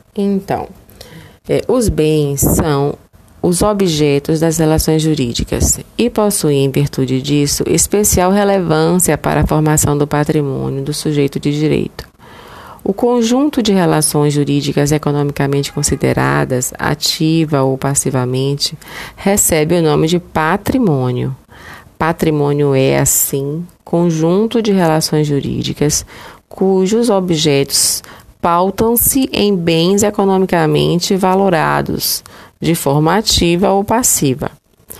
Então, os bens são os objetos das relações jurídicas e possuem, em virtude disso, especial relevância para a formação do patrimônio do sujeito de direito. O conjunto de relações jurídicas economicamente consideradas, ativa ou passivamente, recebe o nome de patrimônio. Patrimônio é, assim, conjunto de relações jurídicas cujos objetos pautam-se em bens economicamente valorados, de forma ativa ou passiva.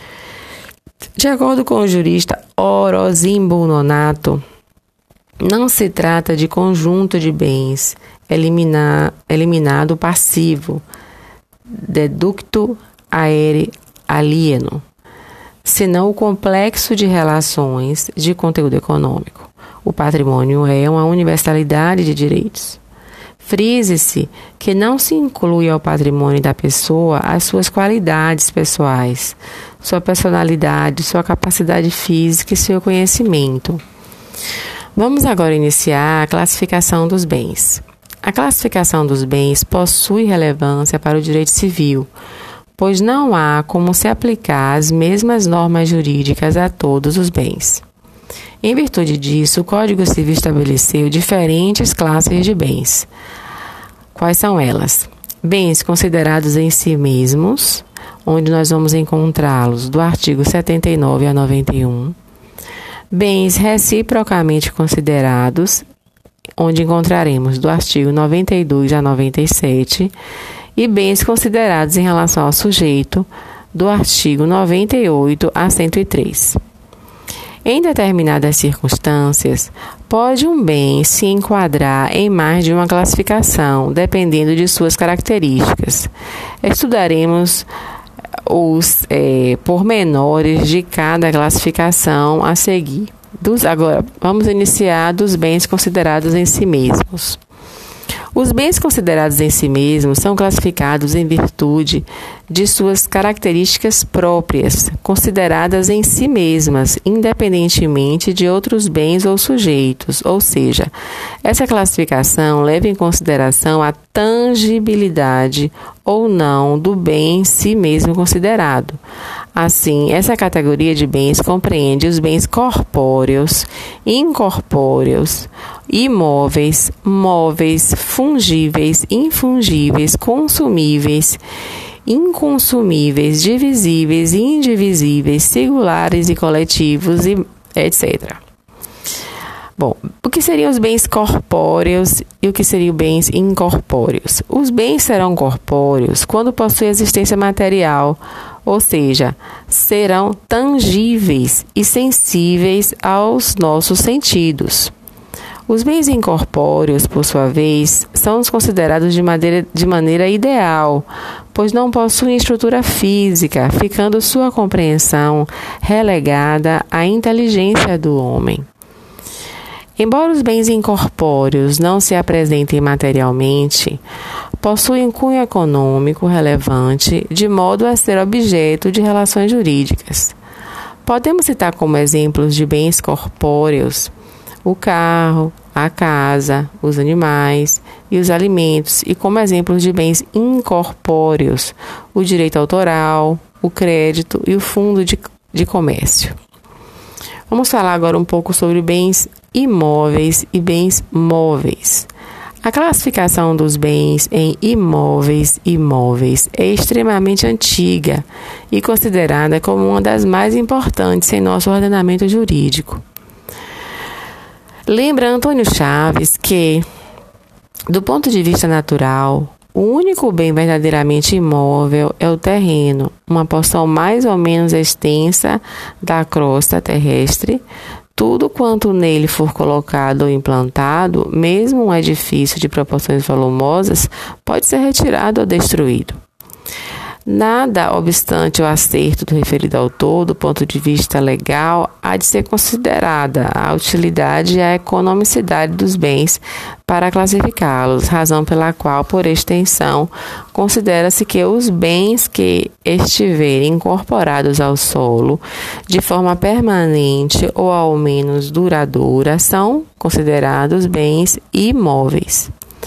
De acordo com o jurista Orozimbo Nonato, não se trata de conjunto de bens eliminado passivo, deducto aere alieno, senão o complexo de relações de conteúdo econômico. O patrimônio é uma universalidade de direitos. Frise-se que não se inclui ao patrimônio da pessoa as suas qualidades pessoais, sua personalidade, sua capacidade física e seu conhecimento. Vamos agora iniciar a classificação dos bens. A classificação dos bens possui relevância para o direito civil, pois não há como se aplicar as mesmas normas jurídicas a todos os bens. Em virtude disso, o Código Civil estabeleceu diferentes classes de bens. Quais são elas? Bens considerados em si mesmos, onde nós vamos encontrá-los do artigo 79 a 91. Bens reciprocamente considerados, onde encontraremos do artigo 92 a 97. E bens considerados em relação ao sujeito, do artigo 98 a 103. Em determinadas circunstâncias, pode um bem se enquadrar em mais de uma classificação, dependendo de suas características. Estudaremos os pormenores de cada classificação a seguir. Agora, vamos iniciar dos bens considerados em si mesmos. Os bens considerados em si mesmos são classificados em virtude de suas características próprias, consideradas em si mesmas, independentemente de outros bens ou sujeitos, ou seja, essa classificação leva em consideração a tangibilidade ou não do bem em si mesmo considerado. Assim, essa categoria de bens compreende os bens corpóreos, incorpóreos, imóveis, móveis, fungíveis, infungíveis, consumíveis, inconsumíveis, divisíveis, indivisíveis, singulares e coletivos, e etc. Bom, o que seriam os bens corpóreos e o que seriam bens incorpóreos? Os bens serão corpóreos quando possuem existência material, ou seja, serão tangíveis e sensíveis aos nossos sentidos. Os bens incorpóreos, por sua vez, são considerados de maneira ideal, pois não possuem estrutura física, ficando sua compreensão relegada à inteligência do homem. Embora os bens incorpóreos não se apresentem materialmente, possuem cunho econômico relevante, de modo a ser objeto de relações jurídicas. Podemos citar como exemplos de bens corpóreos o carro, a casa, os animais e os alimentos, e como exemplos de bens incorpóreos, o direito autoral, o crédito e o fundo de comércio. Vamos falar agora um pouco sobre bens imóveis e bens móveis. A classificação dos bens em imóveis e móveis é extremamente antiga e considerada como uma das mais importantes em nosso ordenamento jurídico. Lembra Antônio Chaves que, do ponto de vista natural, o único bem verdadeiramente imóvel é o terreno, uma porção mais ou menos extensa da crosta terrestre. Tudo quanto nele for colocado ou implantado, mesmo um edifício de proporções volumosas, pode ser retirado ou destruído. Nada obstante o acerto do referido autor, do ponto de vista legal, há de ser considerada a utilidade e a economicidade dos bens para classificá-los, razão pela qual, por extensão, considera-se que os bens que estiverem incorporados ao solo de forma permanente ou ao menos duradoura são considerados bens imóveis.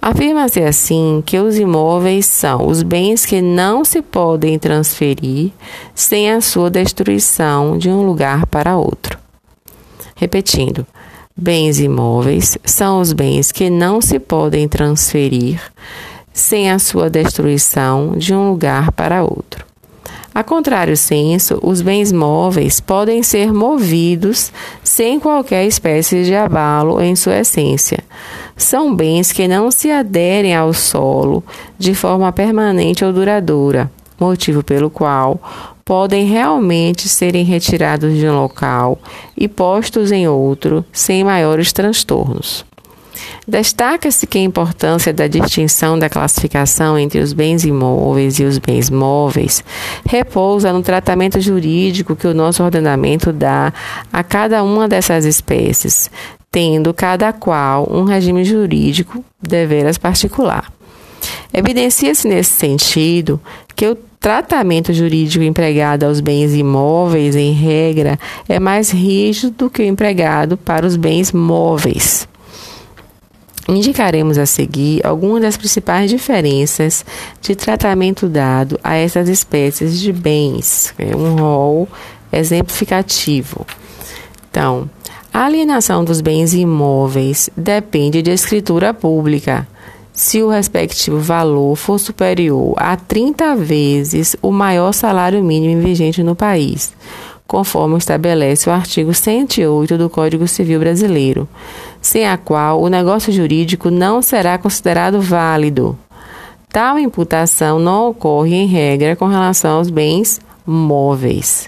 Afirma-se assim que os imóveis são os bens que não se podem transferir sem a sua destruição de um lugar para outro. Repetindo, bens imóveis são os bens que não se podem transferir sem a sua destruição de um lugar para outro. A contrário senso, os bens móveis podem ser movidos sem qualquer espécie de abalo em sua essência. São bens que não se aderem ao solo de forma permanente ou duradoura, motivo pelo qual podem realmente serem retirados de um local e postos em outro sem maiores transtornos. Destaca-se que a importância da distinção da classificação entre os bens imóveis e os bens móveis repousa no tratamento jurídico que o nosso ordenamento dá a cada uma dessas espécies, tendo cada qual um regime jurídico deveras particular. Evidencia-se nesse sentido que o tratamento jurídico empregado aos bens imóveis, em regra, é mais rígido do que o empregado para os bens móveis. Indicaremos a seguir algumas das principais diferenças de tratamento dado a essas espécies de bens. É um rol exemplificativo. Então, a alienação dos bens imóveis depende de escritura pública, se o respectivo valor for superior a 30 vezes o maior salário mínimo vigente no país, conforme estabelece o artigo 108 do Código Civil Brasileiro, sem a qual o negócio jurídico não será considerado válido. Tal imputação não ocorre em regra com relação aos bens móveis.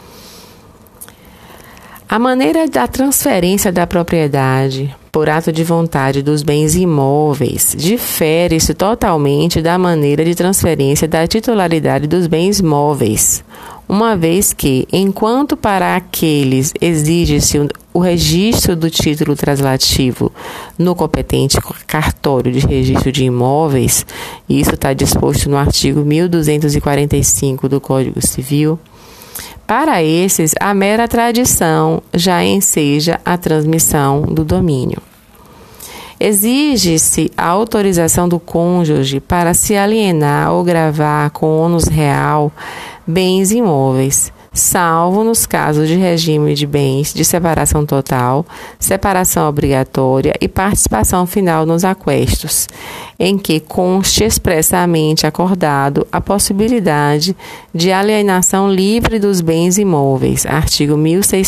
A maneira da transferência da propriedade por ato de vontade dos bens imóveis difere-se totalmente da maneira de transferência da titularidade dos bens móveis, uma vez que, enquanto para aqueles exige-se o registro do título translativo no competente cartório de registro de imóveis, e isso está disposto no artigo 1245 do Código Civil, para esses, a mera tradição já enseja a transmissão do domínio. Exige-se a autorização do cônjuge para se alienar ou gravar com ônus real bens imóveis, salvo nos casos de regime de bens de separação total, separação obrigatória e participação final nos aquestos, em que conste expressamente acordado a possibilidade de alienação livre dos bens imóveis, artigo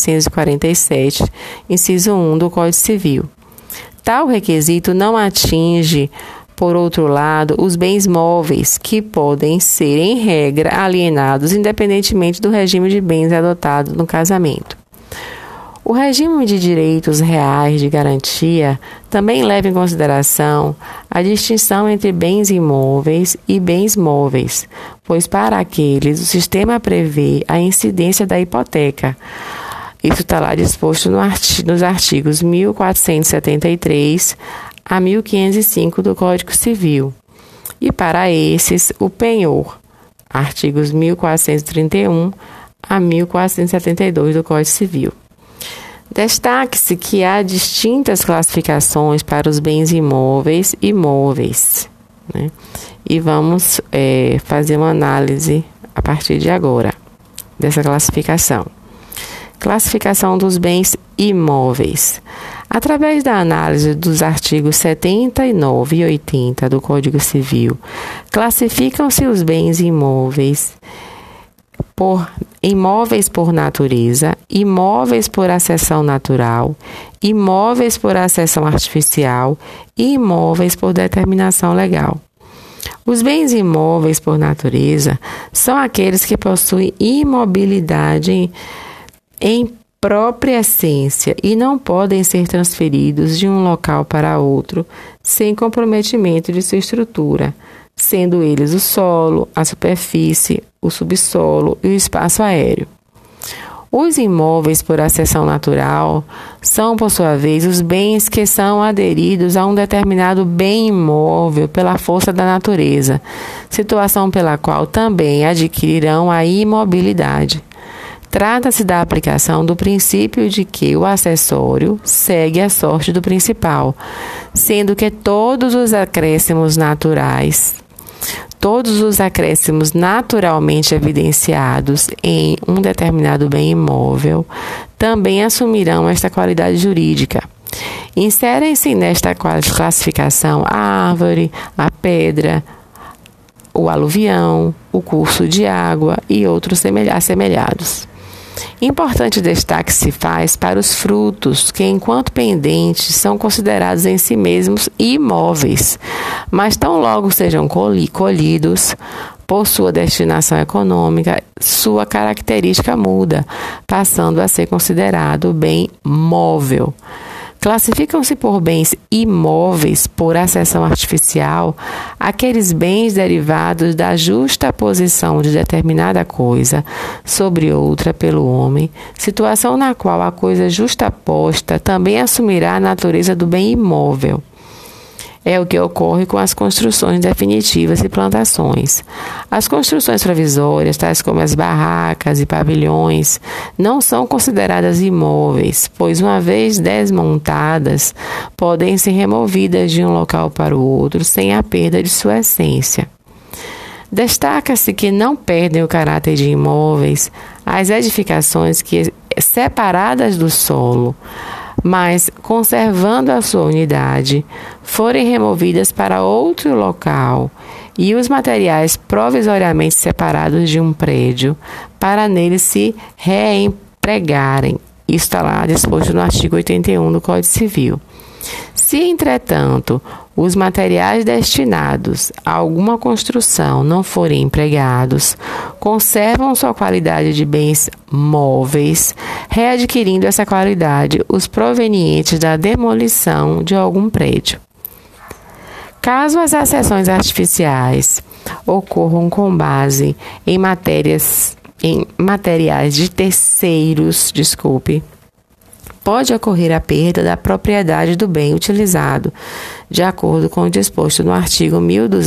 1647, inciso 1 do Código Civil. Tal requisito não atinge, por outro lado, os bens móveis, que podem ser, em regra, alienados independentemente do regime de bens adotado no casamento. O regime de direitos reais de garantia também leva em consideração a distinção entre bens imóveis e bens móveis, pois para aqueles o sistema prevê a incidência da hipoteca. Isso está lá disposto nos artigos 1473 a 1505 do Código Civil. E para esses, o penhor, artigos 1431 a 1472 do Código Civil. Destaque-se que há distintas classificações para os bens imóveis e móveis, né? E vamos fazer uma análise a partir de agora dessa classificação. Classificação dos bens imóveis. Através da análise dos artigos 79 e 80 do Código Civil, classificam-se os bens imóveis por imóveis por natureza, imóveis por acessão natural, imóveis por acessão artificial e imóveis por determinação legal. Os bens imóveis por natureza são aqueles que possuem imobilidade em própria essência e não podem ser transferidos de um local para outro sem comprometimento de sua estrutura, sendo eles o solo, a superfície, o subsolo e o espaço aéreo. Os imóveis por acessão natural são, por sua vez, os bens que são aderidos a um determinado bem imóvel pela força da natureza, situação pela qual também adquirirão a imobilidade. Trata-se da aplicação do princípio de que o acessório segue a sorte do principal, sendo que todos os acréscimos naturalmente evidenciados em um determinado bem imóvel também assumirão esta qualidade jurídica. Inserem-se nesta classificação a árvore, a pedra, o aluvião, o curso de água e outros assemelhados. Importante destaque se faz para os frutos, que, enquanto pendentes, são considerados em si mesmos imóveis, mas tão logo sejam colhidos, por sua destinação econômica, sua característica muda, passando a ser considerado bem móvel. Classificam-se por bens imóveis por acessão artificial aqueles bens derivados da justa posição de determinada coisa sobre outra pelo homem, situação na qual a coisa justaposta também assumirá a natureza do bem imóvel. É o que ocorre com as construções definitivas e plantações. As construções provisórias, tais como as barracas e pavilhões, não são consideradas imóveis, pois, uma vez desmontadas, podem ser removidas de um local para o outro sem a perda de sua essência. Destaca-se que não perdem o caráter de imóveis as edificações que, separadas do solo, mas conservando a sua unidade, forem removidas para outro local e os materiais provisoriamente separados de um prédio para nele se reempregarem. Isso está lá disposto no artigo 81 do Código Civil. Se, entretanto, os materiais destinados a alguma construção não forem empregados, conservam sua qualidade de bens móveis, readquirindo essa qualidade os provenientes da demolição de algum prédio. Caso as acessões artificiais ocorram com base em materiais de terceiros, pode ocorrer a perda da propriedade do bem utilizado, de acordo com o disposto no artigo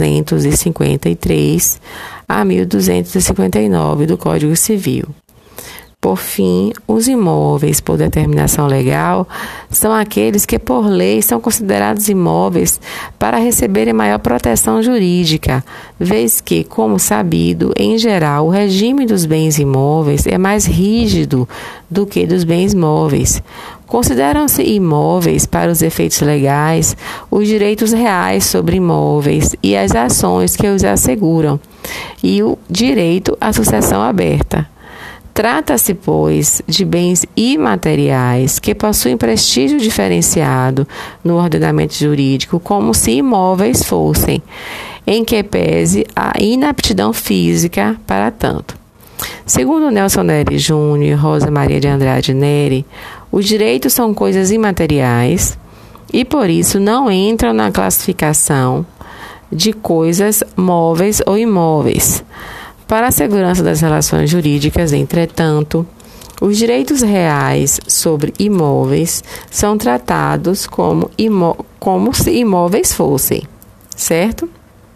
1253 a 1259 do Código Civil. Por fim, os imóveis por determinação legal são aqueles que, por lei, são considerados imóveis para receberem maior proteção jurídica, vez que, como sabido, em geral, o regime dos bens imóveis é mais rígido do que dos bens móveis. Consideram-se imóveis, para os efeitos legais, os direitos reais sobre imóveis e as ações que os asseguram, e o direito à sucessão aberta. Trata-se, pois, de bens imateriais que possuem prestígio diferenciado no ordenamento jurídico, como se imóveis fossem, em que pese a inaptidão física para tanto. Segundo Nelson Nery Júnior e Rosa Maria de Andrade Nery, os direitos são coisas imateriais e, por isso, não entram na classificação de coisas móveis ou imóveis. Para a segurança das relações jurídicas, entretanto, os direitos reais sobre imóveis são tratados como se imóveis fossem, certo?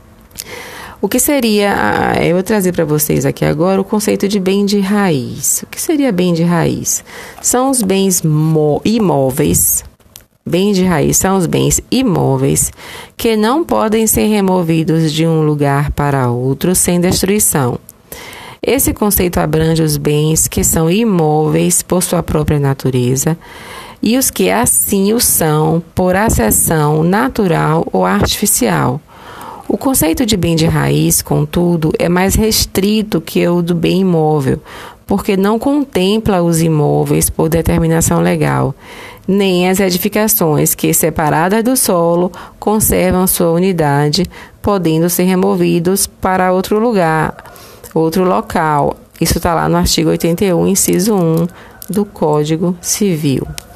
O que seria, eu vou trazer para vocês aqui agora o conceito de bem de raiz. O que seria bem de raiz? São os bens imóveis. Bens de raiz são os bens imóveis que não podem ser removidos de um lugar para outro sem destruição. Esse conceito abrange os bens que são imóveis por sua própria natureza e os que assim o são por acessão natural ou artificial. O conceito de bem de raiz, contudo, é mais restrito que o do bem imóvel, porque não contempla os imóveis por determinação legal, nem as edificações que, separadas do solo, conservam sua unidade, podendo ser removidos para outro lugar, outro local. Isso está lá no artigo 81, inciso 1 do Código Civil.